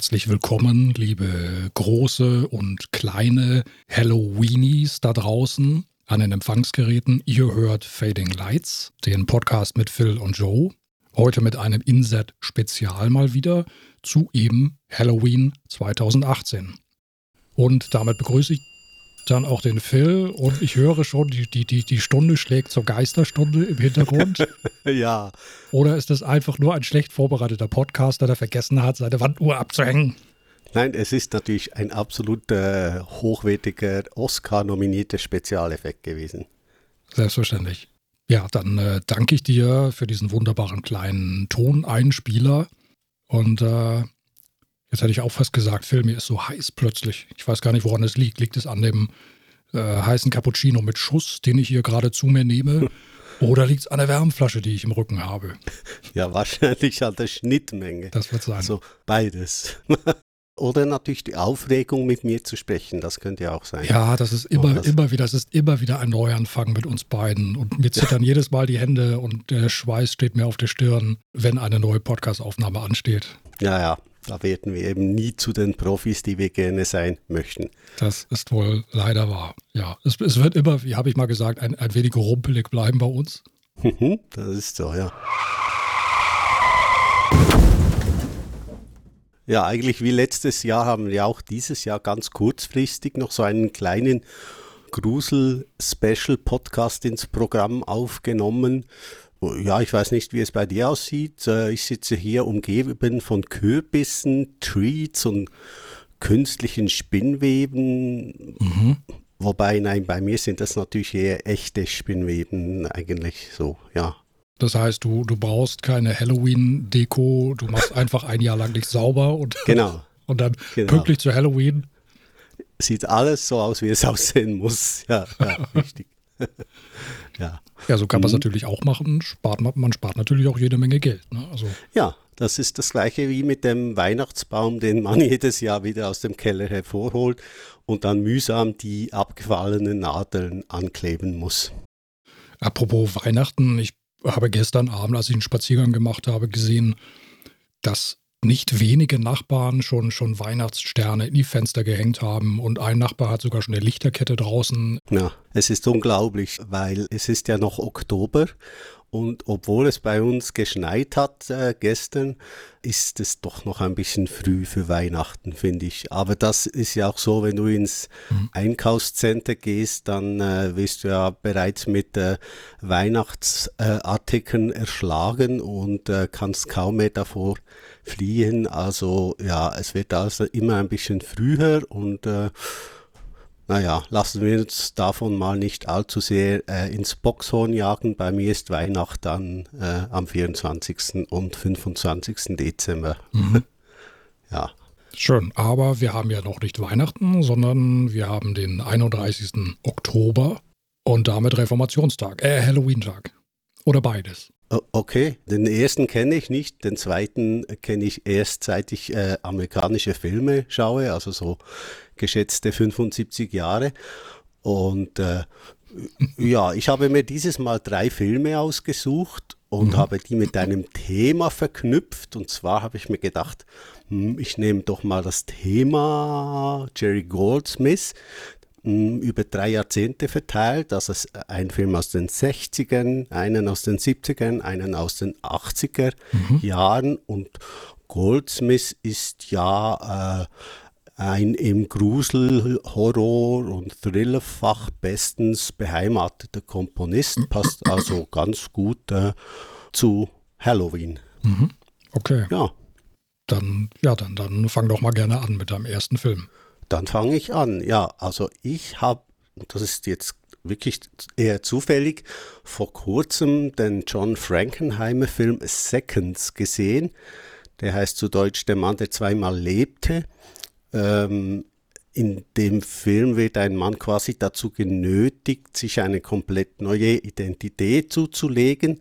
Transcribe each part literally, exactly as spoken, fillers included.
Herzlich willkommen, liebe große und kleine Halloweenies da draußen an den Empfangsgeräten. Ihr hört Fading Lights, den Podcast mit Phil und Joe. Heute mit einem Inset-Spezial mal wieder zu eben Halloween zwanzig achtzehn. Und damit begrüße ich dann auch den Phil und ich höre schon, die, die, die, die Stunde schlägt zur Geisterstunde im Hintergrund. Ja. Oder ist es einfach nur ein schlecht vorbereiteter Podcaster, der vergessen hat, seine Wanduhr abzuhängen? Nein, es ist natürlich ein absolut äh, hochwertiger, Oscar-nominierter Spezialeffekt gewesen. Selbstverständlich. Ja, dann äh, danke ich dir für diesen wunderbaren kleinen Toneinspieler. Und äh, jetzt hätte ich auch fast gesagt, Phil, mir ist so heiß plötzlich. Ich weiß gar nicht, woran es liegt. Liegt es an dem äh, heißen Cappuccino mit Schuss, den ich hier gerade zu mir nehme? Oder liegt es an der Wärmflasche, die ich im Rücken habe? Ja, wahrscheinlich an der Schnittmenge. Das wird sein. Also beides. Oder natürlich die Aufregung, mit mir zu sprechen. Das könnte ja auch sein. Ja, das ist immer, das immer wieder, das ist immer wieder ein Neuanfang mit uns beiden. Und mir zittern ja. jedes Mal die Hände und der Schweiß steht mir auf der Stirn, wenn eine neue Podcast-Aufnahme ansteht. Ja, ja. Da werden wir eben nie zu den Profis, die wir gerne sein möchten. Das ist wohl leider wahr. Ja, es, es wird immer, wie habe ich mal gesagt, ein, ein wenig rumpelig bleiben bei uns. Das ist so, ja. Ja, eigentlich wie letztes Jahr haben wir auch dieses Jahr ganz kurzfristig noch so einen kleinen Grusel-Special-Podcast ins Programm aufgenommen. Ja, ich weiß nicht, wie es bei dir aussieht. Ich sitze hier umgeben von Kürbissen, Treats und künstlichen Spinnweben. Mhm. Wobei, nein, bei mir sind das natürlich eher echte Spinnweben eigentlich so, ja. Das heißt, du, du brauchst keine Halloween-Deko, du machst einfach ein Jahr lang nicht sauber und, genau. und dann genau. pünktlich zu Halloween. Sieht alles so aus, wie es aussehen muss. Ja, ja richtig. Ja. Ja, so kann man es mhm. natürlich auch machen. Spart man, man spart natürlich auch jede Menge Geld. Ne? Also. Ja, das ist das Gleiche wie mit dem Weihnachtsbaum, den man jedes Jahr wieder aus dem Keller hervorholt und dann mühsam die abgefallenen Nadeln ankleben muss. Apropos Weihnachten, ich habe gestern Abend, als ich einen Spaziergang gemacht habe, gesehen, dass nicht wenige Nachbarn schon, schon Weihnachtssterne in die Fenster gehängt haben und ein Nachbar hat sogar schon eine Lichterkette draußen. Ja, es ist unglaublich, weil es ist ja noch Oktober und obwohl es bei uns geschneit hat äh, gestern, ist es doch noch ein bisschen früh für Weihnachten, finde ich. Aber das ist ja auch so, wenn du ins mhm. Einkaufscenter gehst, dann äh, wirst du ja bereits mit äh, Weihnachtsartikeln äh, erschlagen und äh, kannst kaum mehr davor fliehen. Also ja, es wird also immer ein bisschen früher und äh, naja, lassen wir uns davon mal nicht allzu sehr äh, ins Boxhorn jagen. Bei mir ist Weihnachten dann äh, am vierundzwanzigsten und fünfundzwanzigsten Dezember. Mhm. Ja. Schön, aber wir haben ja noch nicht Weihnachten, sondern wir haben den einunddreißigsten Oktober und damit Reformationstag, äh, Halloween-Tag. Oder beides. Okay, den ersten kenne ich nicht, den zweiten kenne ich erst seit ich äh, amerikanische Filme schaue, also so geschätzte fünfundsiebzig Jahre. Und äh, ja, ich habe mir dieses Mal drei Filme ausgesucht und mhm. habe die mit einem Thema verknüpft. Und zwar habe ich mir gedacht, hm, ich nehme doch mal das Thema Jerry Goldsmith über drei Jahrzehnte verteilt, also ein Film aus den sechzigern, einen aus den siebzigern, einen aus den achtziger mhm. Jahren und Goldsmith ist ja äh, ein im Grusel-, Horror- und Thrillerfach bestens beheimateter Komponist, passt also ganz gut äh, zu Halloween. Mhm. Okay. Ja. Dann, ja, dann, dann fang doch mal gerne an mit deinem ersten Film. Dann fange ich an. Ja, also ich habe, das ist jetzt wirklich eher zufällig, vor kurzem den John Frankenheimer Film Seconds gesehen. Der heißt zu Deutsch Der Mann, der zweimal lebte. Ähm, in dem Film wird ein Mann quasi dazu genötigt, sich eine komplett neue Identität zuzulegen.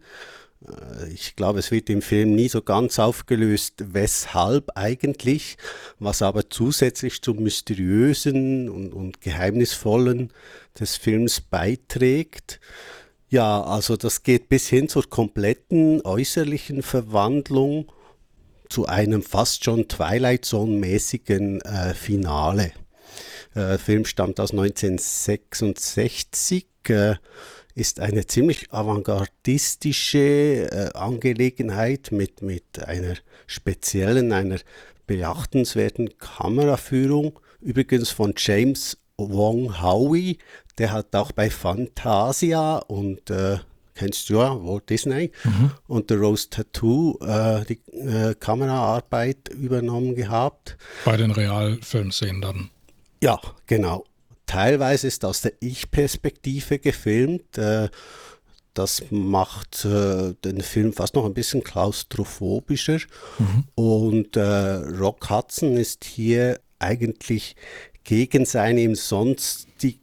Ich glaube, es wird im Film nie so ganz aufgelöst, weshalb eigentlich, was aber zusätzlich zum Mysteriösen und, und Geheimnisvollen des Films beiträgt. Ja, also das geht bis hin zur kompletten äußerlichen Verwandlung zu einem fast schon Twilight Zone-mäßigen äh, Finale. Der Film stammt aus neunzehnhundertsechsundsechzig, äh, ist eine ziemlich avantgardistische äh, Angelegenheit mit, mit einer speziellen, einer beachtenswerten Kameraführung, übrigens von James Wong Howe, der hat auch bei Fantasia und äh, kennst du ja, Walt Disney, mhm. und The Rose Tattoo äh, die äh, Kameraarbeit übernommen gehabt. Bei den Realfilmszenen dann. Ja, genau. Teilweise ist aus der Ich-Perspektive gefilmt. Äh, das macht äh, den Film fast noch ein bisschen klaustrophobischer. Mhm. Und äh, Rock Hudson ist hier eigentlich gegen seine ihm sonstig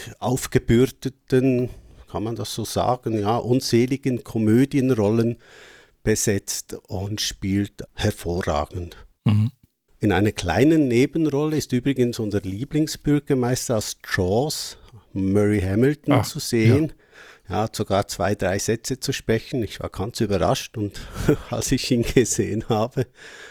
aufgebürdeten, kann man das so sagen, ja, unzähligen Komödienrollen besetzt und spielt hervorragend. Mhm. In einer kleinen Nebenrolle ist übrigens unser Lieblingsbürgermeister aus Jaws, Murray Hamilton, Ach, zu sehen. Ja. Er hat sogar zwei, drei Sätze zu sprechen. Ich war ganz überrascht, und als ich ihn gesehen habe.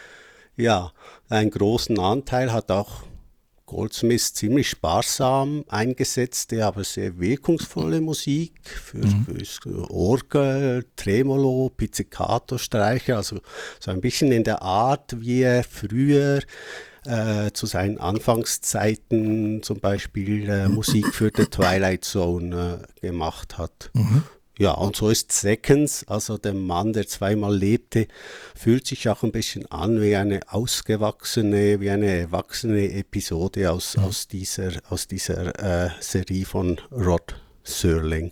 Ja, einen großen Anteil hat auch Goldsmith ziemlich sparsam eingesetzte, aber sehr wirkungsvolle Musik für, mhm. für Orgel, Tremolo, Pizzicato-Streicher, also so ein bisschen in der Art, wie er früher äh, zu seinen Anfangszeiten zum Beispiel äh, Musik für The Twilight Zone äh, gemacht hat. Mhm. Ja, und so ist Seconds, also der Mann, der zweimal lebte, fühlt sich auch ein bisschen an wie eine ausgewachsene, wie eine erwachsene Episode aus, ja. aus dieser, aus dieser äh, Serie von Rod Serling.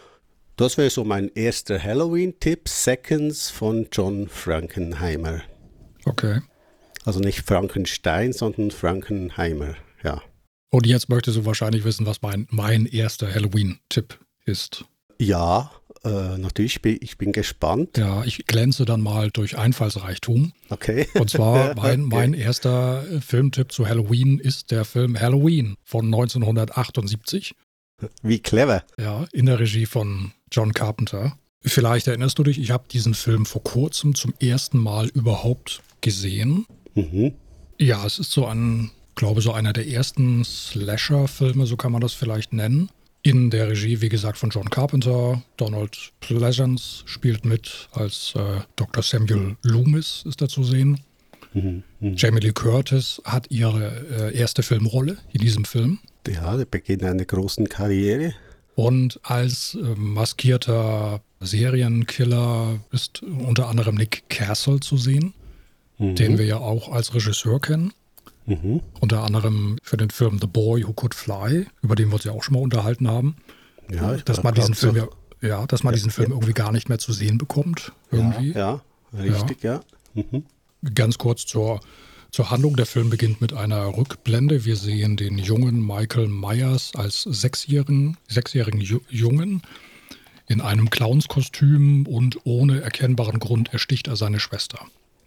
Das wäre so mein erster Halloween-Tipp, Seconds von John Frankenheimer. Okay. Also nicht Frankenstein, sondern Frankenheimer, ja. Und jetzt möchtest du wahrscheinlich wissen, was mein, mein erster Halloween-Tipp ist. Ja, äh, natürlich, bin, ich bin gespannt. Ja, ich glänze dann mal durch Einfallsreichtum. Okay. Und zwar mein, okay. mein erster Filmtipp zu Halloween ist der Film Halloween von neunzehnhundertachtundsiebzig. Wie clever. Ja, in der Regie von John Carpenter. Vielleicht erinnerst du dich, ich habe diesen Film vor kurzem zum ersten Mal überhaupt gesehen. Mhm. Ja, es ist so ein, glaube so einer der ersten Slasher-Filme, so kann man das vielleicht nennen. In der Regie, wie gesagt, von John Carpenter. Donald Pleasence spielt mit als äh, Doktor Samuel Loomis ist da zu sehen. Mhm, mh. Jamie Lee Curtis hat ihre äh, erste Filmrolle in diesem Film. Ja, der Beginn einer großen Karriere. Und als äh, maskierter Serienkiller ist unter anderem Nick Castle zu sehen, mhm. den wir ja auch als Regisseur kennen. Mhm. Unter anderem für den Film The Boy Who Could Fly, über den wir uns ja auch schon mal unterhalten haben. Ja, ich dass man diesen Film ja, ja, dass man ja, diesen Film ja. irgendwie gar nicht mehr zu sehen bekommt. Irgendwie. Ja, ja richtig, ja. ja. Mhm. Ganz kurz zur, zur Handlung. Der Film beginnt mit einer Rückblende. Wir sehen den jungen Michael Myers als sechsjährigen, sechsjährigen Ju- Jungen in einem Clownskostüm, und ohne erkennbaren Grund ersticht er seine Schwester.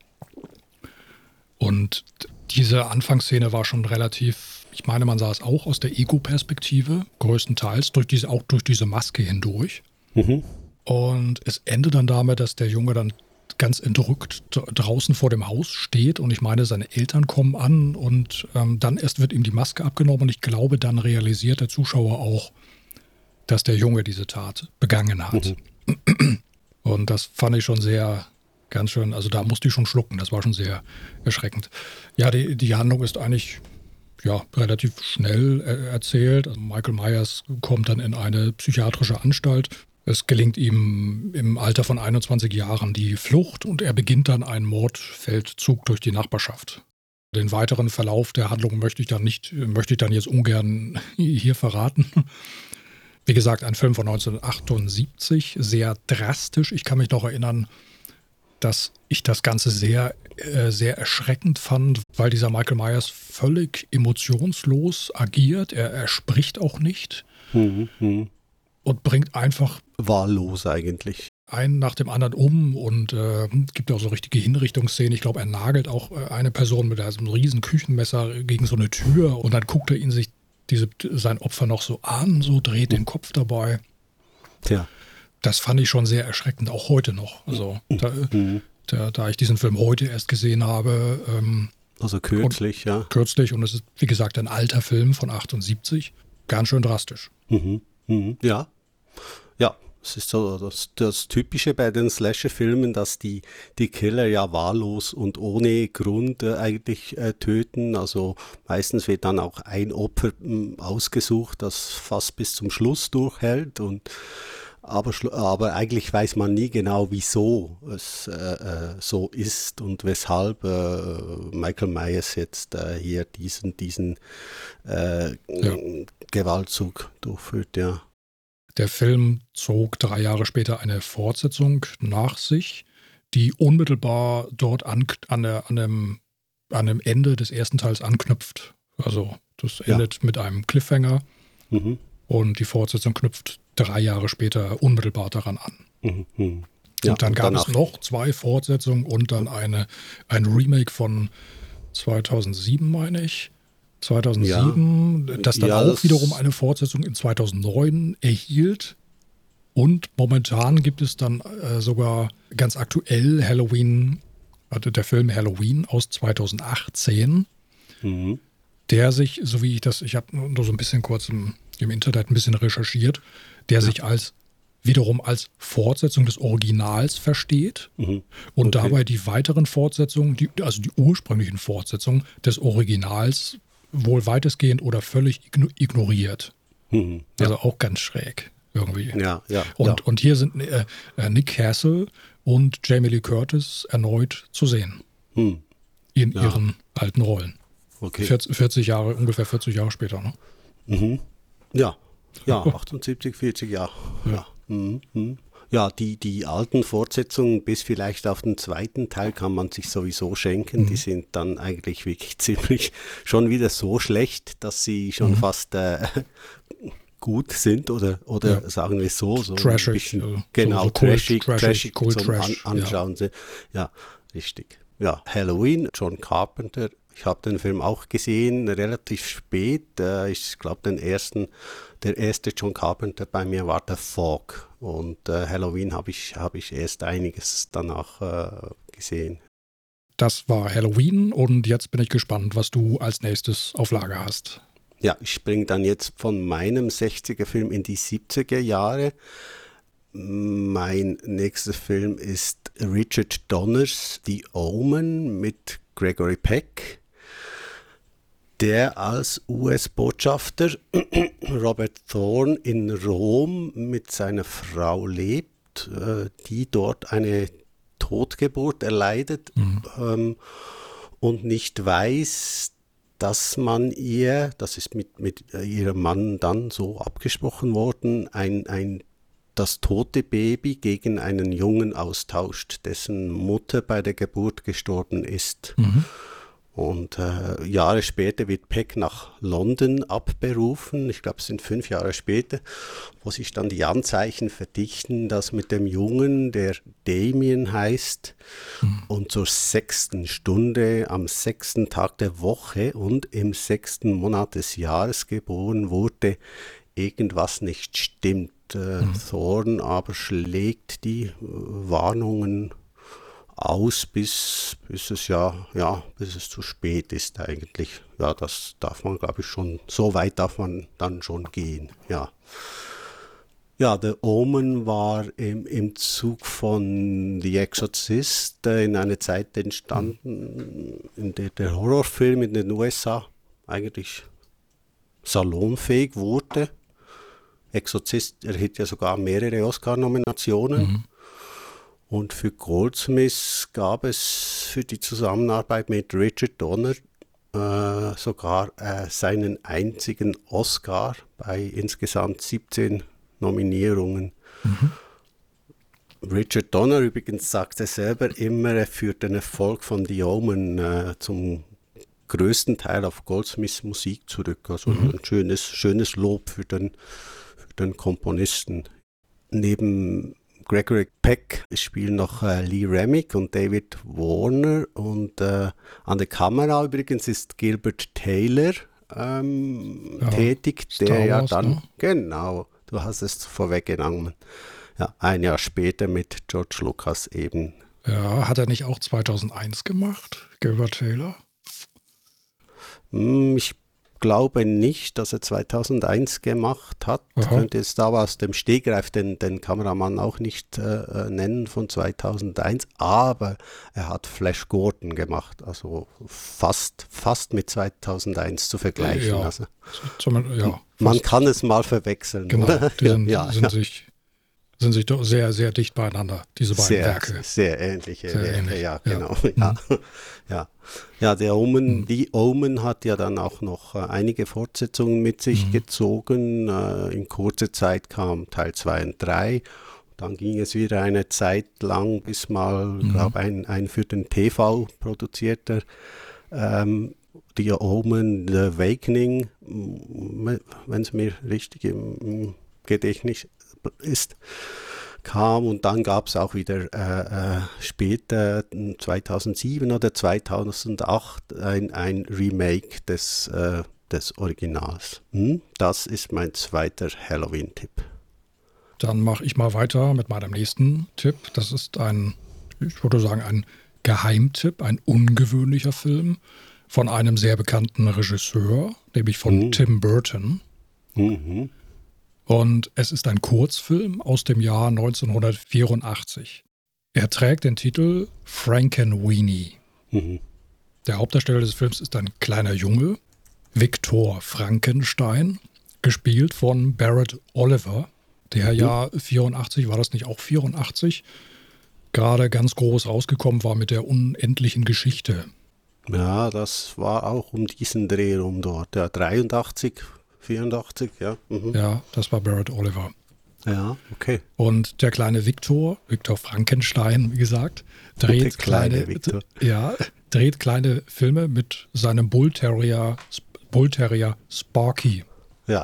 Und diese Anfangsszene war schon relativ, ich meine, man sah es auch aus der Ego-Perspektive, größtenteils, durch diese, auch durch diese Maske hindurch. Mhm. Und es endet dann damit, dass der Junge dann ganz entrückt draußen vor dem Haus steht, und ich meine, seine Eltern kommen an, und ähm, dann erst wird ihm die Maske abgenommen, und ich glaube, dann realisiert der Zuschauer auch, dass der Junge diese Tat begangen hat. Mhm. Und das fand ich schon sehr... Ganz schön, also da musste ich schon schlucken, das war schon sehr erschreckend. Ja, die, die Handlung ist eigentlich ja, relativ schnell äh, erzählt. Also Michael Myers kommt dann in eine psychiatrische Anstalt. Es gelingt ihm im Alter von einundzwanzig Jahren die Flucht, und er beginnt dann einen Mordfeldzug durch die Nachbarschaft. Den weiteren Verlauf der Handlung möchte ich dann nicht, möchte ich dann jetzt ungern hier verraten. Wie gesagt, ein Film von neunzehnhundertachtundsiebzig, sehr drastisch. Ich kann mich noch erinnern, dass ich das Ganze sehr, äh, sehr erschreckend fand, weil dieser Michael Myers völlig emotionslos agiert. Er, er spricht auch nicht mhm, mh. und bringt einfach wahllos eigentlich einen nach dem anderen um, und äh, gibt auch so richtige Hinrichtungsszenen. Ich glaube, er nagelt auch äh, eine Person mit einem riesen Küchenmesser gegen so eine Tür, und dann guckt er ihn sich diese, sein Opfer noch so an, so dreht mhm. den Kopf dabei. Tja. Das fand ich schon sehr erschreckend, auch heute noch. Also da, der, da ich diesen Film heute erst gesehen habe. Ähm, also kürzlich, ja. Kürzlich und es ist, wie gesagt, ein alter Film von achtundsiebzig. Ganz schön drastisch. Mhm. Mhm. Ja. Ja. Es ist so das, das Typische bei den Slasher-Filmen, dass die, die Killer ja wahllos und ohne Grund äh, eigentlich äh, töten. Also meistens wird dann auch ein Opfer mh, ausgesucht, das fast bis zum Schluss durchhält. Und, aber, aber eigentlich weiß man nie genau, wieso es äh, äh, so ist und weshalb äh, Michael Myers jetzt äh, hier diesen, diesen äh, ja. Gewaltzug durchführt, ja. Der Film zog drei Jahre später eine Fortsetzung nach sich, die unmittelbar dort an, an, der, an, dem, an dem Ende des ersten Teils anknüpft. Also das endet ja. mit einem Cliffhanger mhm. und die Fortsetzung knüpft drei Jahre später unmittelbar daran an. Mhm. Ja, und dann und gab danach. es noch zwei Fortsetzungen und dann eine, ein Remake von zweitausendsieben, meine ich. zweitausendsieben, ja, das dann ja, auch das wiederum eine Fortsetzung in zweitausendneun erhielt. Und momentan gibt es dann äh, sogar ganz aktuell Halloween, also der Film Halloween aus zweitausendachtzehn, mhm. der sich, so wie ich das, ich habe nur so ein bisschen kurz im, im Internet ein bisschen recherchiert, der ja. sich als wiederum als Fortsetzung des Originals versteht mhm. und okay. dabei die weiteren Fortsetzungen, die, also die ursprünglichen Fortsetzungen des Originals wohl weitestgehend oder völlig ignoriert. Mhm, ja. Also auch ganz schräg irgendwie. Ja, ja, und, ja. und hier sind äh, Nick Castle und Jamie Lee Curtis erneut zu sehen. Mhm. In ja. ihren alten Rollen. Okay. vierzig, vierzig Jahre, ungefähr vierzig Jahre später, ne? Mhm. Ja, ja, achtundsiebzig, vierzig Jahre. Ja. Ja. Mhm. Mhm. Ja, die, die alten Fortsetzungen bis vielleicht auf den zweiten Teil kann man sich sowieso schenken. Mhm. Die sind dann eigentlich wirklich ziemlich schon wieder so schlecht, dass sie schon mhm. fast äh, gut sind oder, oder ja. sagen wir so. so trashig. Ein bisschen, also, genau, so, so trashig, trashig, trashig cool zum Trash, An Anschauen. Ja. ja, richtig. Ja, Halloween, John Carpenter. Ich habe den Film auch gesehen, relativ spät. Äh, ich glaube, den ersten, der erste John Carpenter bei mir war der Fog. Und äh, Halloween habe ich, hab ich erst einiges danach äh, gesehen. Das war Halloween und jetzt bin ich gespannt, was du als nächstes auf Lager hast. Ja, ich springe dann jetzt von meinem sechziger-Film in die siebziger Jahre. Mein nächster Film ist Richard Donners The Omen mit Gregory Peck, der als U S-Botschafter Robert Thorne in Rom mit seiner Frau lebt, die dort eine Totgeburt erleidet mhm. ähm, und nicht weiß, dass man ihr, das ist mit, mit ihrem Mann dann so abgesprochen worden, ein, ein das tote Baby gegen einen Jungen austauscht, dessen Mutter bei der Geburt gestorben ist. Mhm. Und äh, Jahre später wird Peck nach London abberufen, ich glaube es sind fünf Jahre später, wo sich dann die Anzeichen verdichten, dass mit dem Jungen, der Damien heißt, mhm. und zur sechsten Stunde am sechsten Tag der Woche und im sechsten Monat des Jahres geboren wurde, irgendwas nicht stimmt. Äh, mhm. Thorne aber schlägt die äh, Warnungen aus, bis, bis es ja, ja, bis es zu spät ist eigentlich. Ja, das darf man, glaube ich, schon, so weit darf man dann schon gehen, ja. Ja, The Omen war im, im Zug von The Exorcist äh, in einer Zeit entstanden, in der der Horrorfilm in den U S A eigentlich salonfähig wurde. Exorzist erhielt ja sogar mehrere Oscar-Nominationen. Mhm. Und für Goldsmith gab es für die Zusammenarbeit mit Richard Donner äh, sogar äh, seinen einzigen Oscar bei insgesamt siebzehn Nominierungen. Mhm. Richard Donner übrigens sagte selber immer, er führt den Erfolg von The Omen äh, zum größten Teil auf Goldsmiths Musik zurück. Also mhm. ein schönes, schönes Lob für den, für den Komponisten. Neben Gregory Peck spielen noch äh, Lee Remick und David Warner und äh, an der Kamera übrigens ist Gilbert Taylor ähm, ja, tätig, der Star ja Wars, dann, ne? Genau, du hast es vorweggenommen, ja, ein Jahr später mit George Lucas eben Ja, hat er nicht auch zweitausendeins gemacht, Gilbert Taylor? Hm, Ich glaube nicht, dass er zweitausendeins gemacht hat. Aha. Könnte jetzt da aus dem Stegreif den, den Kameramann auch nicht äh, nennen von zweitausendeins, aber er hat Flash Gordon gemacht, also fast, fast mit zweitausendeins zu vergleichen. Ja, Also, zum, ja man fast. kann es mal verwechseln. Genau, Oder? die sind, ja, sind, ja. sich, sind sich doch sehr, sehr dicht beieinander, diese beiden Sehr, Werke. sehr ähnliche Sehr Werke, ähnlich, ja, ja. genau. Ja, ja. ja der Omen, Mhm. die Omen hat ja dann auch noch äh, einige Fortsetzungen mit sich Mhm. gezogen. Äh, in kurzer Zeit kam Teil zwei und drei. Dann ging es wieder eine Zeit lang, bis mal, Mhm. glaube ein, ein für den T V produzierter ähm, The Omen, The Awakening, wenn es mir richtig im, im Gedächtnis ist, kam, und dann gab es auch wieder äh, äh, später, zweitausendsieben oder zweitausendacht, ein, ein Remake des, äh, des Originals. Hm? Das ist mein zweiter Halloween-Tipp. Dann mache ich mal weiter mit meinem nächsten Tipp. Das ist ein, ich würde sagen, ein Geheimtipp, ein ungewöhnlicher Film von einem sehr bekannten Regisseur, nämlich von Mhm. Tim Burton. Mhm. Und es ist ein Kurzfilm aus dem Jahr neunzehnhundertvierundachtzig. Er trägt den Titel Frankenweenie. Mhm. Der Hauptdarsteller des Films ist ein kleiner Junge, Victor Frankenstein, gespielt von Barrett Oliver. Der Jahr vierundachtzig, war das nicht auch vierundachtzig? Gerade ganz groß rausgekommen war mit der unendlichen Geschichte. Ja, das war auch um diesen Dreh rum dort. Ja, dreiundachtzig, vierundachtzig, ja. Mhm. Ja, das war Barrett Oliver. Ja, okay. Und der kleine Victor, Victor Frankenstein, wie gesagt, dreht Der kleine kleine, Victor. ja, dreht kleine Filme mit seinem Bull Terrier, Bull Terrier Sparky. Ja.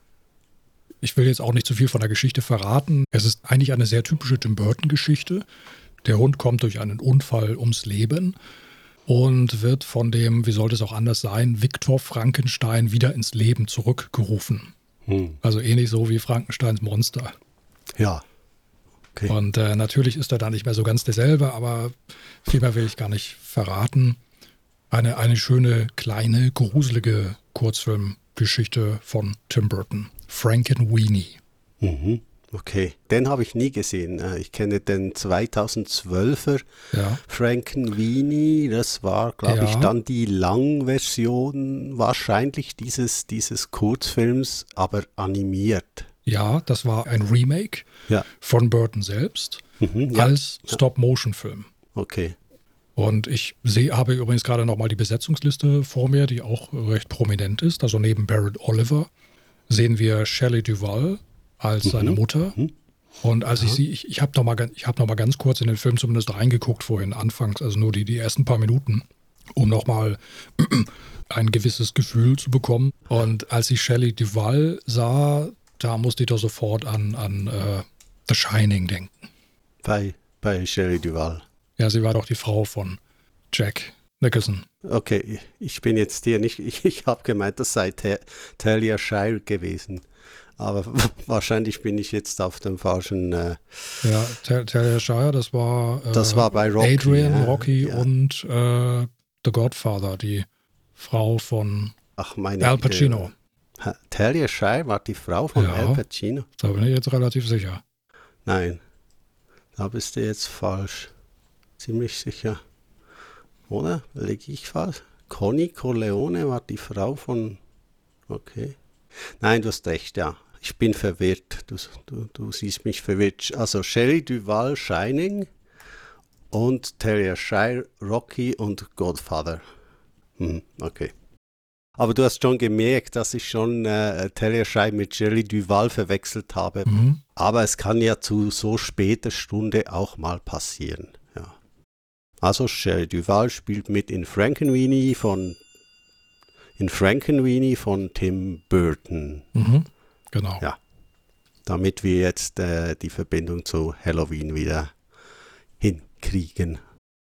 Ich will jetzt auch nicht zu viel von der Geschichte verraten. Es ist eigentlich eine sehr typische Tim Burton-Geschichte. Der Hund kommt durch einen Unfall ums Leben und wird von dem, wie sollte es auch anders sein, Victor Frankenstein wieder ins Leben zurückgerufen. Hm. Also ähnlich so wie Frankensteins Monster. Ja. Okay. Und äh, natürlich ist er da nicht mehr so ganz derselbe, aber viel mehr will ich gar nicht verraten. Eine, eine schöne, kleine, gruselige Kurzfilmgeschichte von Tim Burton. Frankenweenie. Mhm. Okay, den habe ich nie gesehen. Äh, Ich kenne den zweitausendzwölfer Ja. Frankenweenie. Das war, glaube Ja. ich, dann die Langversion wahrscheinlich dieses, dieses Kurzfilms, aber animiert. Ja, das war ein Remake Ja. von Burton selbst Mhm, ja. als Stop-Motion-Film. Okay. Und ich sehe, habe übrigens gerade nochmal die Besetzungsliste vor mir, die auch recht prominent ist. Also neben Barrett Oliver sehen wir Shelley Duvall als seine Mutter. Mhm. Und als ich sie, ich, ich habe noch, mal, ich hab noch mal ganz kurz in den Film zumindest reingeguckt vorhin, anfangs, also nur die, die ersten paar Minuten, um nochmal ein gewisses Gefühl zu bekommen. Und als ich Shelley Duvall sah, da musste ich doch sofort an, an äh, The Shining denken. Bei, bei Shelley Duvall. Ja, sie war doch die Frau von Jack Nicholson. Okay, ich bin jetzt hier nicht, ich, ich habe gemeint, das sei Ta- Talia Shire gewesen. Aber wahrscheinlich bin ich jetzt auf dem falschen. Äh, Ja, Tal- Talia Shire, das war, äh, Das war bei Rocky, Adrian, ja, Rocky ja. und äh, The Godfather, die Frau von ach, meine Al Pacino. Äh, Talia Shire war die Frau von Ja. Al Pacino? Da bin ich jetzt relativ sicher. Nein, da bist du jetzt falsch. Ziemlich sicher. Oder? Liege ich falsch? Connie Corleone war die Frau von. Okay. Nein, du hast recht, ja. Ich bin verwirrt. Du, du, du siehst mich verwirrt. Also Shelley Duvall, Shining und Talia Shire, Rocky und Godfather. Hm, okay. Aber du hast schon gemerkt, dass ich schon äh, Talia Shire mit Shelley Duvall verwechselt habe. Mhm. Aber es kann ja zu so später Stunde auch mal passieren. Ja. Also Shelley Duvall spielt mit in Frankenweenie von in Frankenweenie von Tim Burton. Mhm. Genau. Ja. Damit wir jetzt äh, die Verbindung zu Halloween wieder hinkriegen.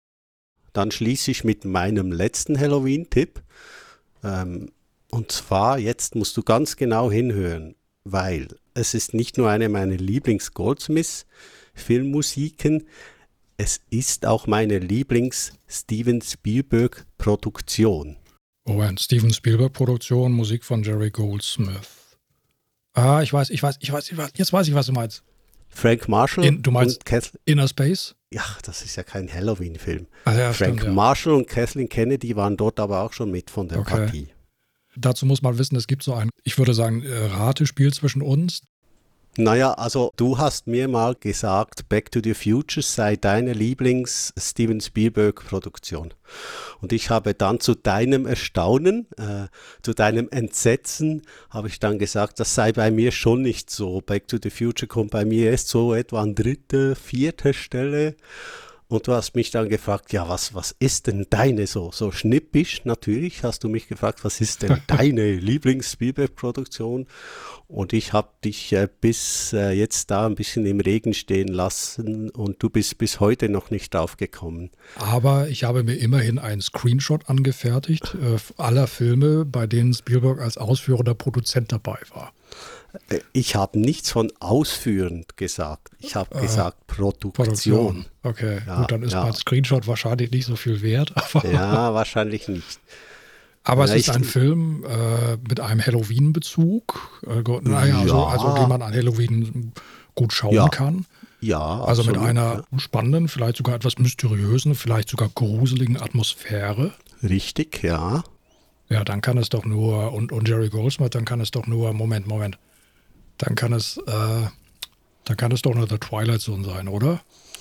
Dann schließe ich mit meinem letzten Halloween-Tipp. Ähm, und zwar, jetzt musst du ganz genau hinhören, weil es ist nicht nur eine meiner Lieblings-Goldsmith-Filmmusiken, es ist auch meine Lieblings-Steven Spielberg-Produktion. Moment, Steven Spielberg-Produktion, Musik von Jerry Goldsmith. Ah, ich weiß, ich weiß, ich weiß, ich weiß, jetzt weiß ich, was du meinst. Frank Marshall In, du meinst und Kathleen. Inner Space? Ja, das ist ja kein Halloween-Film. Ah, ja, Frank stimmt, ja. Marshall und Kathleen Kennedy waren dort aber auch schon mit von der Okay. Partie. Dazu muss man wissen, es gibt so ein, ich würde sagen, äh, Ratespiel zwischen uns. Naja, also du hast mir mal gesagt, Back to the Future sei deine Lieblings-Steven Spielberg-Produktion. Und ich habe dann zu deinem Erstaunen, äh, zu deinem Entsetzen, habe ich dann gesagt, das sei bei mir schon nicht so. Back to the Future kommt bei mir erst so etwa an dritte, vierte Stelle. Und du hast mich dann gefragt, ja, was, was ist denn deine so? So schnippisch natürlich hast du mich gefragt, was ist denn deine Lieblings-Spielberg-Produktion? Und ich habe dich äh, bis äh, jetzt da ein bisschen im Regen stehen lassen und du bist bis heute noch nicht drauf gekommen. Aber ich habe mir immerhin einen Screenshot angefertigt äh, aller Filme, bei denen Spielberg als ausführender Produzent dabei war. Äh, Ich habe nichts von ausführend gesagt. Ich habe Äh, gesagt Produktion. Okay, Ja, gut, dann ist ja. mein Screenshot wahrscheinlich nicht so viel wert. Aber, Ja, wahrscheinlich nicht. aber es Ja, ist ich- ein Film äh, mit einem Halloween-Bezug. Äh, go- naja, also, Ja. also den man an Halloween gut schauen Ja, kann. Ja, Also mit absolut, einer spannenden, vielleicht sogar etwas mysteriösen, vielleicht sogar gruseligen Atmosphäre. ja. Richtig, ja. Ja, dann kann es doch nur, und, und Jerry Goldsmith, dann kann es doch nur, Moment, Moment, dann kann es, äh, dann kann es doch nur The Twilight Zone sein, oder?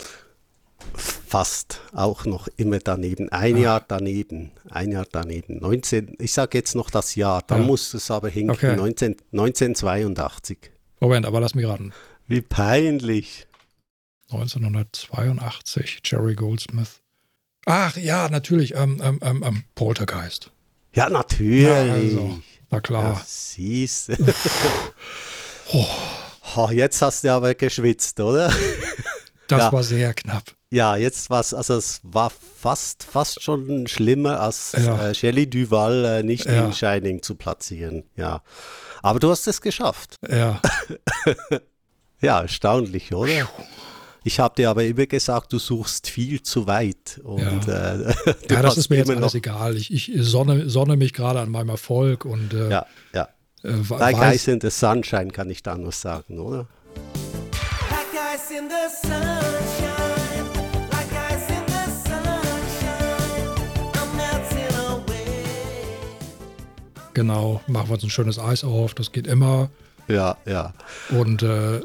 Fast auch noch immer daneben. Ein Ah. Jahr daneben. Ein Jahr daneben. neunzehn, ich sage jetzt noch das Jahr, dann Ja. muss es aber hinken. Okay. neunzehn, neunzehnhundertzweiundachtzig. Moment, aber lass mich raten. Wie peinlich. neunzehnhundertzweiundachtzig, Jerry Goldsmith. Ach ja, natürlich, ähm, ähm, ähm, ähm, Poltergeist. Ja, natürlich. Ja, also, na Ja, klar. siehst Oh, oh, jetzt hast du aber geschwitzt, oder? das Ja. war sehr knapp. Ja, jetzt war es, also es war fast, fast schon schlimmer als Ja. äh, Shelley Duvall äh, nicht Ja. in Shining zu platzieren. Ja. Aber du hast es geschafft. Ja, Ja, erstaunlich, oder? Ich habe dir aber immer gesagt, du suchst viel zu weit. Und, Ja. äh, du ja, das hast ist mir jetzt immer alles noch, egal. Ich, ich sonne, sonne mich gerade an meinem Erfolg und äh, Ja, ja. äh, we- Like weiß, Ice in the Sunshine kann ich da nur sagen, oder? Like ice in the sunshine, like ice in the sunshine, I'm melting away. genau, machen wir uns ein schönes Eis auf, das geht immer. Ja, ja. Und äh,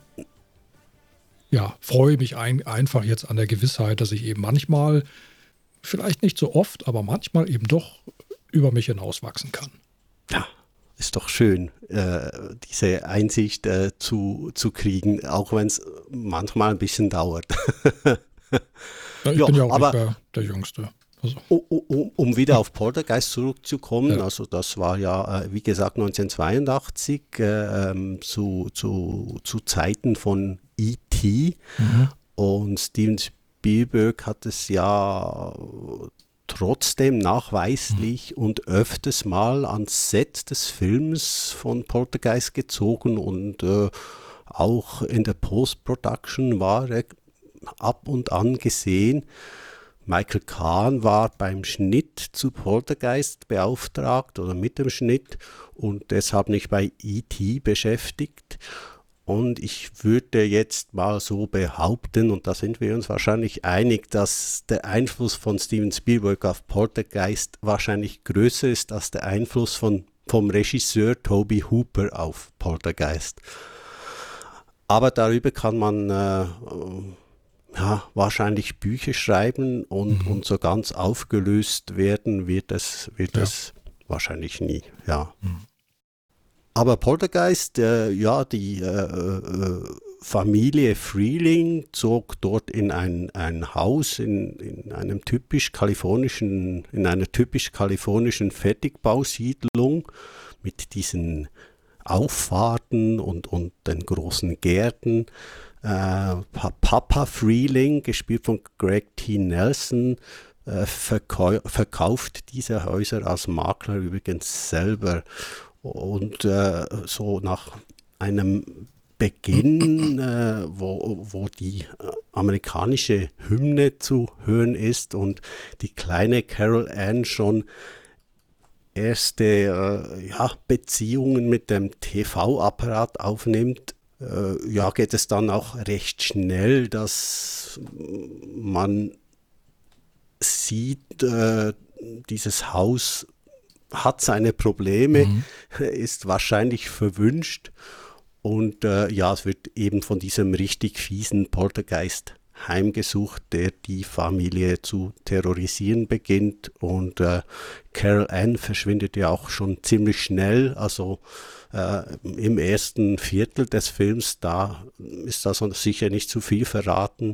ja, freue mich ein, einfach jetzt an der Gewissheit, dass ich eben manchmal, vielleicht nicht so oft, aber manchmal eben doch über mich hinauswachsen kann. Ja, ist doch schön, äh, diese Einsicht äh, zu, zu kriegen, auch wenn es manchmal ein bisschen dauert. Ja, ich Ja, bin ja auch aber- nicht mehr der Jüngste. Also, Um, um, um wieder auf Poltergeist zurückzukommen, Ja. also das war ja, äh, wie gesagt, neunzehnhundertzweiundachtzig äh, ähm, zu, zu, zu Zeiten von E T mhm. und Steven Spielberg hat es ja trotzdem nachweislich und öfters mal ans Set des Films von Poltergeist gezogen und äh, auch in der Post-Production war er ab und an gesehen. Michael Kahn war beim Schnitt zu Poltergeist beauftragt oder mit dem Schnitt und deshalb nicht bei E T beschäftigt. Und ich würde jetzt mal so behaupten, und da sind wir uns wahrscheinlich einig, dass der Einfluss von Steven Spielberg auf Poltergeist wahrscheinlich größer ist als der Einfluss von, vom Regisseur Toby Hooper auf Poltergeist. Aber darüber kann man äh, ja, wahrscheinlich Bücher schreiben und, Mhm. und so ganz aufgelöst werden wird es, wird Ja. es wahrscheinlich nie. Ja. Mhm. Aber Poltergeist, äh, ja, die äh, äh, Familie Freeling zog dort in ein, ein Haus in, in einem typisch kalifornischen, in einer typisch kalifornischen Fertigbausiedlung mit diesen Auffahrten und, und den großen Gärten. Äh, Pa- Papa Freeling, gespielt von Greg T. Nelson, äh, verkau verkauft diese Häuser als Makler übrigens selber. Und äh, so nach einem Beginn, äh, wo, wo die amerikanische Hymne zu hören ist und die kleine Carol Ann schon erste äh, ja, Beziehungen mit dem T V-Apparat aufnimmt, äh, ja, geht es dann auch recht schnell, dass man sieht, äh, dieses Haus hat seine Probleme, mhm. ist wahrscheinlich verwünscht und äh, ja, es wird eben von diesem richtig fiesen Poltergeist heimgesucht, der die Familie zu terrorisieren beginnt und äh, Carol Ann verschwindet ja auch schon ziemlich schnell, also äh, im ersten Viertel des Films, da ist also sicher nicht zu viel verraten.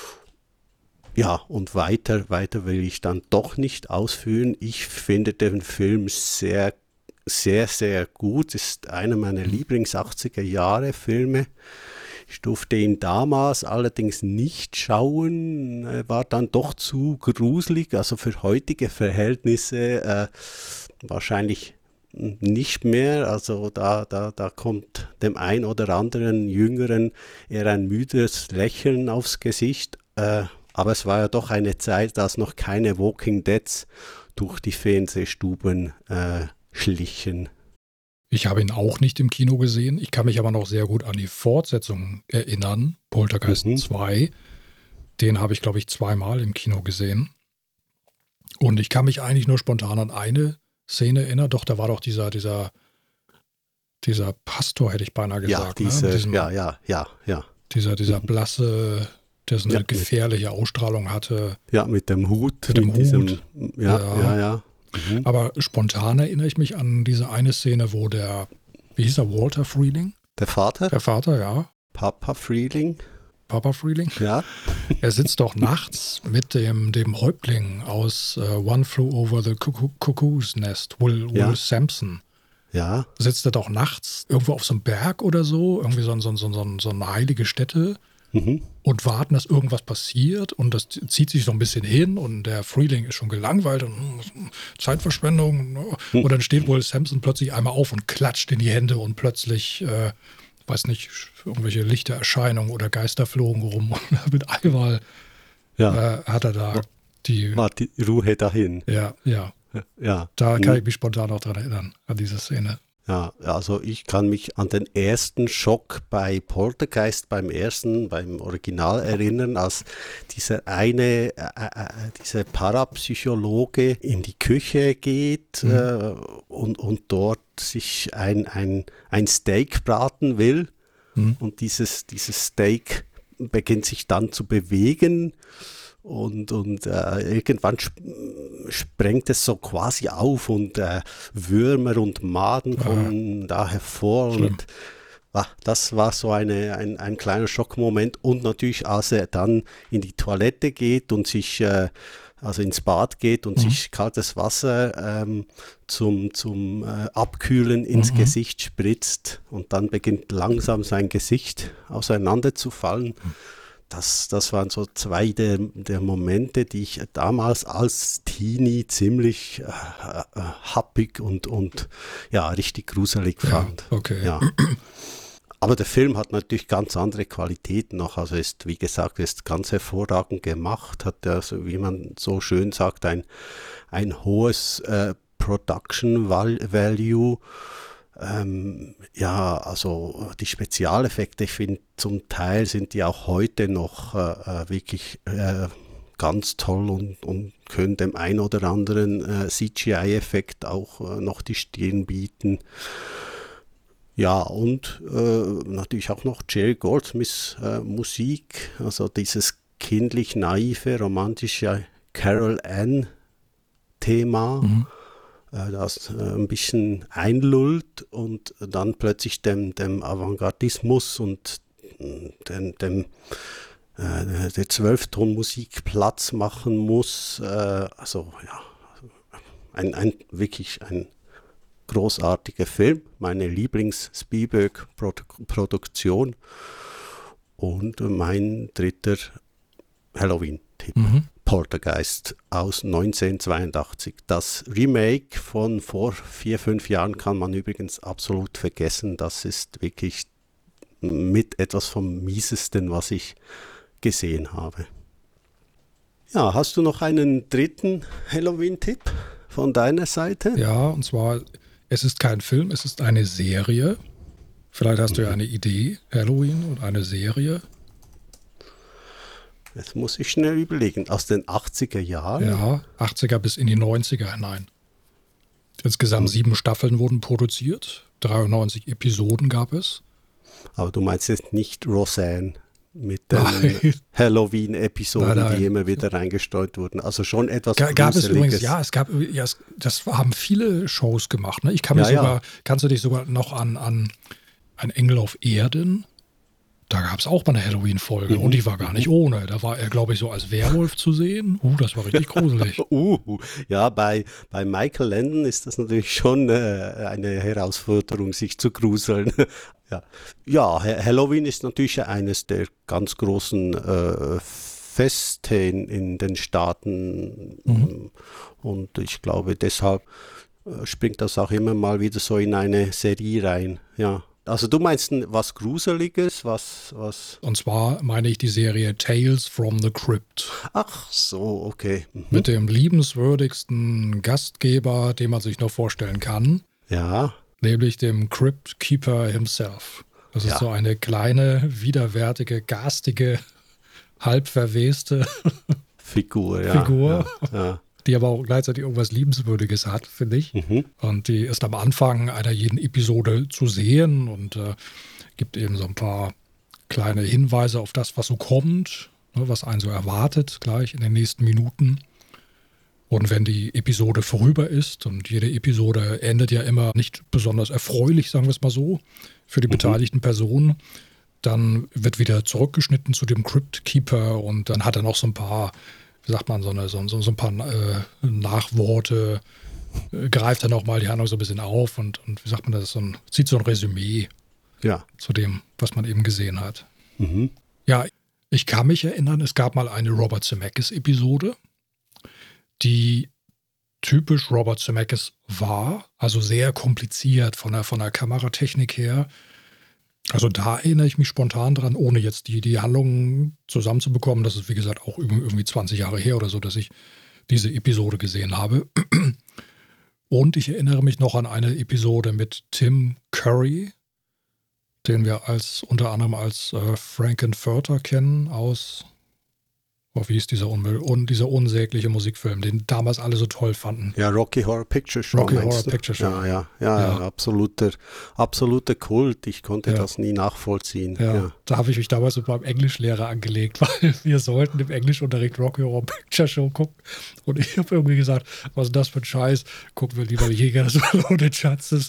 Ja, und weiter, weiter will ich dann doch nicht ausführen. Ich finde den Film sehr, sehr, sehr gut. Ist einer meiner Lieblings-achtziger-Jahre-Filme. Ich durfte ihn damals allerdings nicht schauen, er war dann doch zu gruselig, also für heutige Verhältnisse äh, wahrscheinlich nicht mehr. Also da, da, da kommt dem ein oder anderen Jüngeren eher ein müdes Lächeln aufs Gesicht. Äh, Aber es war ja doch eine Zeit, als noch keine Walking Deads durch die Fernsehstuben äh, schlichen. Ich habe ihn auch nicht im Kino gesehen. Ich kann mich aber noch sehr gut an die Fortsetzung erinnern. Poltergeist mhm. zwei. Den habe ich, glaube ich, zweimal im Kino gesehen. Und ich kann mich eigentlich nur spontan an eine Szene erinnern. Doch, da war doch dieser, dieser, dieser Pastor, hätte ich beinahe gesagt. Ja, diese, ne? diesem, ja, ja, ja, ja. Dieser, dieser blasse, der so eine ja, gefährliche Ausstrahlung hatte. Ja, mit dem Hut. Mit dem mit Hut. Diesem, ja, Ja. ja, ja. Mhm. Aber spontan erinnere ich mich an diese eine Szene, wo der, wie hieß er, Walter Freeling? Der Vater? Der Vater, ja. Papa Freeling? Papa Freeling? Ja. Er sitzt doch nachts mit dem, dem Häuptling aus uh, One Flew Over the Cuckoo, Cuckoo's Nest, Will, Will Ja. Sampson. Ja. Sitzt er doch nachts irgendwo auf so einem Berg oder so, irgendwie so, so, so, so, so eine heilige Stätte. Mhm. Und warten, dass irgendwas passiert und das zieht sich so ein bisschen hin und der Freeling ist schon gelangweilt und hm, Zeitverschwendung. Und dann steht wohl Sampson plötzlich einmal auf und klatscht in die Hände und plötzlich, äh, weiß nicht, irgendwelche Lichtererscheinungen oder Geister flogen rum und mit einmal Ja. äh, hat er da die, War die Ruhe dahin. ja, ja, Ja. da kann Mhm. ich mich spontan noch dran erinnern, an diese Szene. Ja, also ich kann mich an den ersten Schock bei Poltergeist, beim ersten, beim Original erinnern, als dieser eine, äh, äh, dieser Parapsychologe in die Küche geht Mhm. äh, und, und dort sich ein, ein, ein Steak braten will Mhm. und dieses, dieses Steak beginnt sich dann zu bewegen. Und, und äh, irgendwann sp sprengt es so quasi auf und äh, Würmer und Maden kommen ah, da hervor. Schlimm. Und ah, das war so eine, ein, ein kleiner Schockmoment. Und natürlich, als er dann in die Toilette geht und sich, äh, also ins Bad geht und Mhm. sich kaltes Wasser ähm, zum, zum äh, Abkühlen ins Mhm. Gesicht spritzt und dann beginnt langsam sein Gesicht auseinanderzufallen. Mhm. Das, das waren so zwei der, der Momente, die ich damals als Teenie ziemlich äh, äh, happig und, und ja, richtig gruselig fand. Ja, okay. Ja. Aber der Film hat natürlich ganz andere Qualitäten noch. Also ist, wie gesagt, ist ganz hervorragend gemacht, hat ja, so, wie man so schön sagt, ein, ein hohes äh, Production Value. Ähm, ja, also die Spezialeffekte, ich finde, zum Teil sind die auch heute noch äh, wirklich äh, ganz toll und, und können dem ein oder anderen äh, C G I-Effekt auch äh, noch die Stirn bieten. Ja, und äh, natürlich auch noch Jerry Goldsmiths äh, Musik, also dieses kindlich naive, romantische Carol Ann-Thema. Mhm. Das äh, ein bisschen einlullt und dann plötzlich dem, dem Avantgardismus und dem, dem, äh, der Zwölftonmusik Platz machen muss. Äh, also ja, ein, ein, wirklich ein großartiger Film, meine Lieblings-Spielberg-Produktion und mein dritter Halloween-Tipp. Mhm. Poltergeist aus neunzehnhundertzweiundachtzig. Das Remake von vor vier, fünf Jahren kann man übrigens absolut vergessen. Das ist wirklich mit etwas vom Miesesten, was ich gesehen habe. Ja, hast du noch einen dritten Halloween-Tipp von deiner Seite? Ja, und zwar, es ist kein Film, es ist eine Serie. Vielleicht hast du ja eine Idee, Halloween und eine Serie. Jetzt muss ich schnell überlegen. Aus den achtziger Jahren? Ja, achtziger bis in die neunziger hinein. Insgesamt sieben Staffeln wurden produziert, dreiundneunzig Episoden gab es. Aber du meinst jetzt nicht Roseanne mit den Nein. Halloween-Episoden, Nein, nein. die immer wieder reingestreut wurden. Also schon etwas Ga- Gab es Gruseliges. übrigens, ja, es gab, ja, es, das haben viele Shows gemacht. Ne? Ich kann mich Ja, ja. sogar, kannst du dich sogar noch an, an Ein Engel auf Erden, da gab es auch mal eine Halloween-Folge Mhm. und die war gar nicht ohne. Da war er, glaube ich, so als Werwolf zu sehen. Uh, das war richtig gruselig. Uh, ja, bei, bei Michael Landon ist das natürlich schon äh, eine Herausforderung, sich zu gruseln. ja. ja, Ha- Halloween ist natürlich eines der ganz großen äh, Feste in, in den Staaten. Mhm. Und ich glaube, deshalb äh, springt das auch immer mal wieder so in eine Serie rein. Ja. Also du meinst ein- was Gruseliges, was, was... Und zwar meine ich die Serie Tales from the Crypt. Ach so, okay. Mhm. Mit dem liebenswürdigsten Gastgeber, den man sich noch vorstellen kann, Ja, nämlich dem Crypt Keeper himself. Das ist Ja. so eine kleine, widerwärtige, garstige, halb verweste, Figur, ja. Figur. Ja, ja. die aber auch gleichzeitig irgendwas Liebenswürdiges hat, finde ich. Mhm. Und die ist am Anfang einer jeden Episode zu sehen und äh, gibt eben so ein paar kleine Hinweise auf das, was so kommt, ne, was einen so erwartet, gleich in den nächsten Minuten. Und wenn die Episode vorüber ist, und jede Episode endet ja immer nicht besonders erfreulich, sagen wir es mal so, für die beteiligten Personen, dann wird wieder zurückgeschnitten zu dem Crypt Keeper und dann hat er noch so ein paar, wie sagt man, so, eine, so, so, so ein paar äh, Nachworte, äh, greift dann auch mal die Handlung so ein bisschen auf und, und wie sagt man das, so ein, zieht so ein Resümee Ja. zu dem, was man eben gesehen hat. Mhm. Ja, ich kann mich erinnern, es gab mal eine Robert Zemeckis-Episode, die typisch Robert Zemeckis war, also sehr kompliziert von der, von der Kameratechnik her. Also da erinnere ich mich spontan dran, ohne jetzt die, die Handlungen zusammenzubekommen. Das ist, wie gesagt, auch irgendwie zwanzig Jahre her oder so, dass ich diese Episode gesehen habe. Und ich erinnere mich noch an eine Episode mit Tim Curry, den wir als unter anderem als äh, Frankenfurter kennen aus, oh, wie hieß dieser, Unmüll, un, dieser unsägliche Musikfilm, den damals alle so toll fanden. Ja, Rocky Horror Picture Show. Rocky meinst Horror du? Picture Show. Ja, ja, ja, Ja. ja. Absoluter, absoluter Kult. Ich konnte Ja. das nie nachvollziehen. Ja, Ja. da habe ich mich damals mit meinem Englischlehrer angelegt, weil wir sollten im Englischunterricht Rocky Horror Picture Show gucken. Und ich habe irgendwie gesagt, was ist das für ein Scheiß? Gucken wir lieber Jäger des verlorenen Schatzes.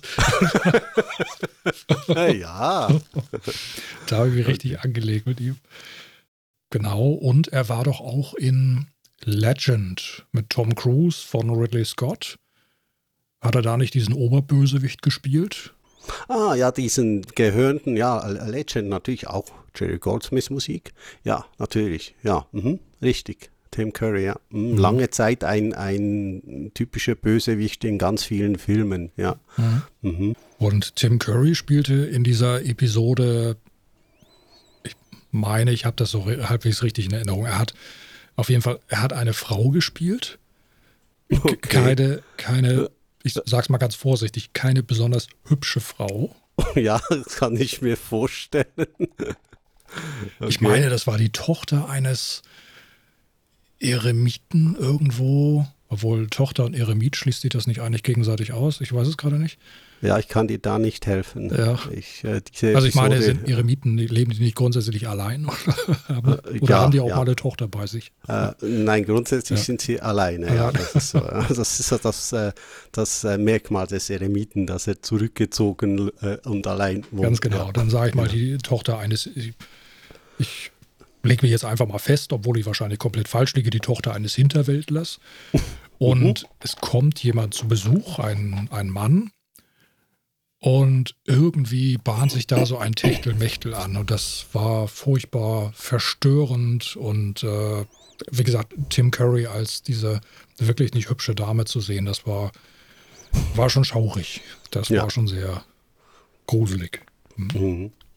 Ja, ja. Da habe ich mich richtig angelegt mit ihm. Genau, und er war doch auch in Legend mit Tom Cruise von Ridley Scott. Hat er da nicht diesen Oberbösewicht gespielt? Ah, ja, diesen gehörnten, ja, Legend natürlich auch Jerry Goldsmiths Musik. Ja, natürlich. Ja, mhm, richtig. Tim Curry, ja. Mhm. Mhm. Lange Zeit ein, ein typischer Bösewicht in ganz vielen Filmen, ja. Mhm. Und Tim Curry spielte in dieser Episode, ich meine, ich habe das so re- halbwegs richtig in Erinnerung. Er hat auf jeden Fall, er hat eine Frau gespielt. K- Okay. Keine, keine, ich sag's mal ganz vorsichtig, keine besonders hübsche Frau. Ja, das kann ich mir vorstellen. Ich Okay. meine, das war die Tochter eines Eremiten irgendwo. Obwohl Tochter und Eremit schließt sich das nicht eigentlich gegenseitig aus? Ich weiß es gerade nicht. Ja, ich kann dir da nicht helfen. Ja. Ich, äh, diese Also ich meine, Episode, sind Eremiten, die leben die nicht grundsätzlich allein? Aber, Äh, oder ja, haben die auch ja. mal eine Tochter bei sich? Äh, nein, grundsätzlich Ja. sind sie alleine. Ja, das ist so. Das ist so das, äh, das äh, Merkmal des Eremiten, dass er zurückgezogen äh, und allein wohnt. Ganz genau. Ja. Dann sage ich mal, die Tochter eines, ich, ich lege mich jetzt einfach mal fest, obwohl ich wahrscheinlich komplett falsch liege, die Tochter eines Hinterwäldlers. Und Mhm. es kommt jemand zu Besuch, ein, ein Mann. Und irgendwie bahnt sich da so ein Techtelmechtel an. Und das war furchtbar verstörend. Und äh, wie gesagt, Tim Curry als diese wirklich nicht hübsche Dame zu sehen, das war, war schon schaurig. Das Ja. war schon sehr gruselig. Mhm.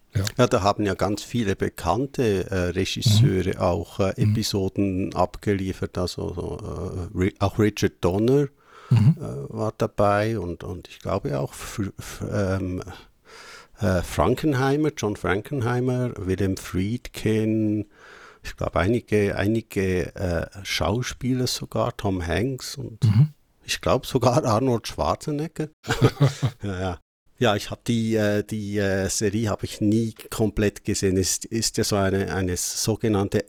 Ja. Ja, da haben ja ganz viele bekannte äh, Regisseure mhm. auch äh, Episoden mhm. abgeliefert. Also so, äh, auch Richard Donner mhm. äh, war dabei und, und ich glaube auch F F ähm, äh, Frankenheimer, John Frankenheimer, Willem Friedkin, ich glaube einige, einige äh, Schauspieler sogar, Tom Hanks und mhm. ich glaube sogar Arnold Schwarzenegger. ja, ja. Ja, ich habe die, äh, die äh, Serie habe ich nie komplett gesehen. Es ist ja so eine, eine sogenannte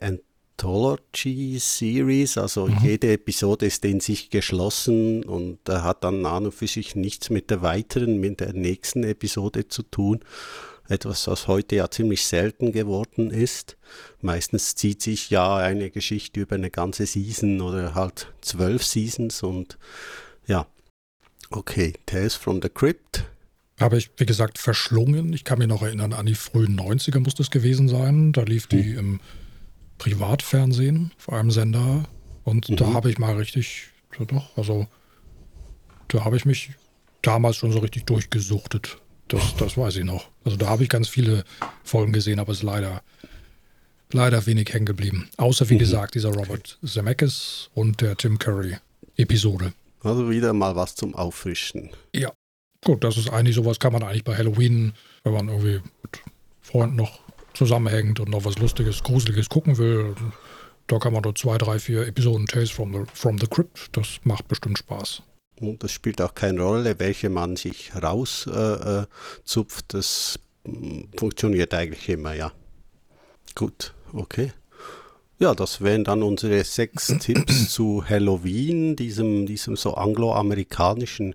Anthology-Series, also mhm. jede Episode ist in sich geschlossen und äh, hat dann an und für sich nichts mit der weiteren, mit der nächsten Episode zu tun. Etwas, was heute ja ziemlich selten geworden ist. Meistens zieht sich ja eine Geschichte über eine ganze Season oder halt zwölf Seasons und ja, okay, Tales from the Crypt. Habe ich, wie gesagt, verschlungen. Ich kann mich noch erinnern, an die frühen neunziger muss das gewesen sein. Da lief die mhm. im Privatfernsehen auf einem Sender. Und mhm. da habe ich mal richtig, ja doch, also da habe ich mich damals schon so richtig durchgesuchtet. Das, das weiß ich noch. Also da habe ich ganz viele Folgen gesehen, aber es ist leider, leider wenig hängen geblieben. Außer, wie mhm. gesagt, dieser Robert Zemeckis und der Tim Curry-Episode. Also wieder mal was zum Auffrischen. Ja. Gut, das ist eigentlich sowas, kann man eigentlich bei Halloween, wenn man irgendwie mit Freunden noch zusammenhängt und noch was Lustiges, Gruseliges gucken will. Da kann man dort zwei, drei, vier Episoden Tales from the, from the Crypt. Das macht bestimmt Spaß. Und das spielt auch keine Rolle, welche man sich rauszupft. Äh, das mh, funktioniert eigentlich immer, ja. Gut, okay. Ja, das wären dann unsere sechs Tipps zu Halloween, diesem, diesem so angloamerikanischen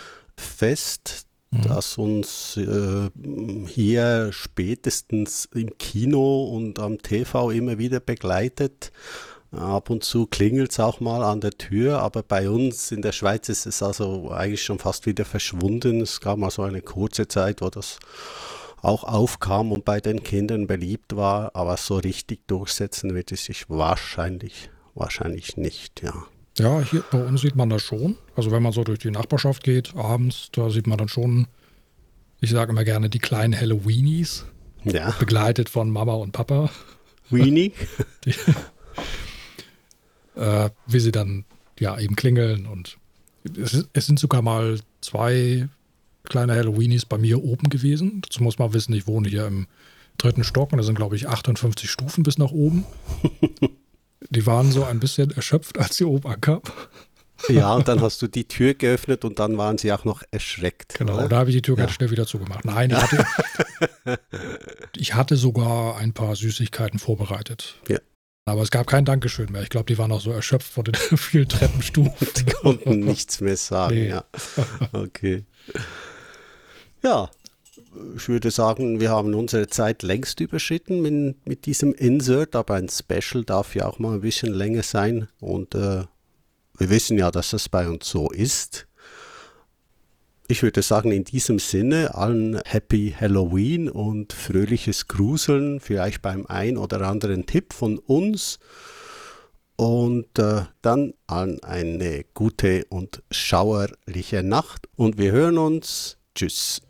Fest, mhm. das uns äh, hier spätestens im Kino und am T V immer wieder begleitet. Ab und zu klingelt es auch mal an der Tür, aber bei uns in der Schweiz ist es also eigentlich schon fast wieder verschwunden. Es gab mal so eine kurze Zeit, wo das auch aufkam und bei den Kindern beliebt war, aber so richtig durchsetzen wird es sich wahrscheinlich, wahrscheinlich nicht, ja. Ja, hier bei uns sieht man das schon. Also wenn man so durch die Nachbarschaft geht, abends, da sieht man dann schon, ich sage immer gerne, die kleinen Halloweenies. Ja. Begleitet von Mama und Papa. Weenie. Die, äh, wie sie dann ja eben klingeln. Und es, es sind sogar mal zwei kleine Halloweenies bei mir oben gewesen. Dazu muss man wissen, ich wohne hier im dritten Stock und da sind, glaube ich, achtundfünfzig Stufen bis nach oben. Die waren so ein bisschen erschöpft, als sie oben ankamen. Ja, und dann hast du die Tür geöffnet und dann waren sie auch noch erschreckt. Genau, oder? da habe ich die Tür ja. ganz schnell wieder zugemacht. Nein, ich hatte, ich hatte sogar ein paar Süßigkeiten vorbereitet. Ja. Aber es gab kein Dankeschön mehr. Ich glaube, die waren auch so erschöpft von den vielen Treppenstufen. Die konnten nichts mehr sagen. Nee. Ja. Okay. Ja. Ich würde sagen, wir haben unsere Zeit längst überschritten mit, mit diesem Insert, aber ein Special darf ja auch mal ein bisschen länger sein und äh, wir wissen ja, dass das bei uns so ist. Ich würde sagen, in diesem Sinne allen Happy Halloween und fröhliches Gruseln, vielleicht beim ein oder anderen Tipp von uns und äh, dann allen eine gute und schauerliche Nacht und wir hören uns. Tschüss.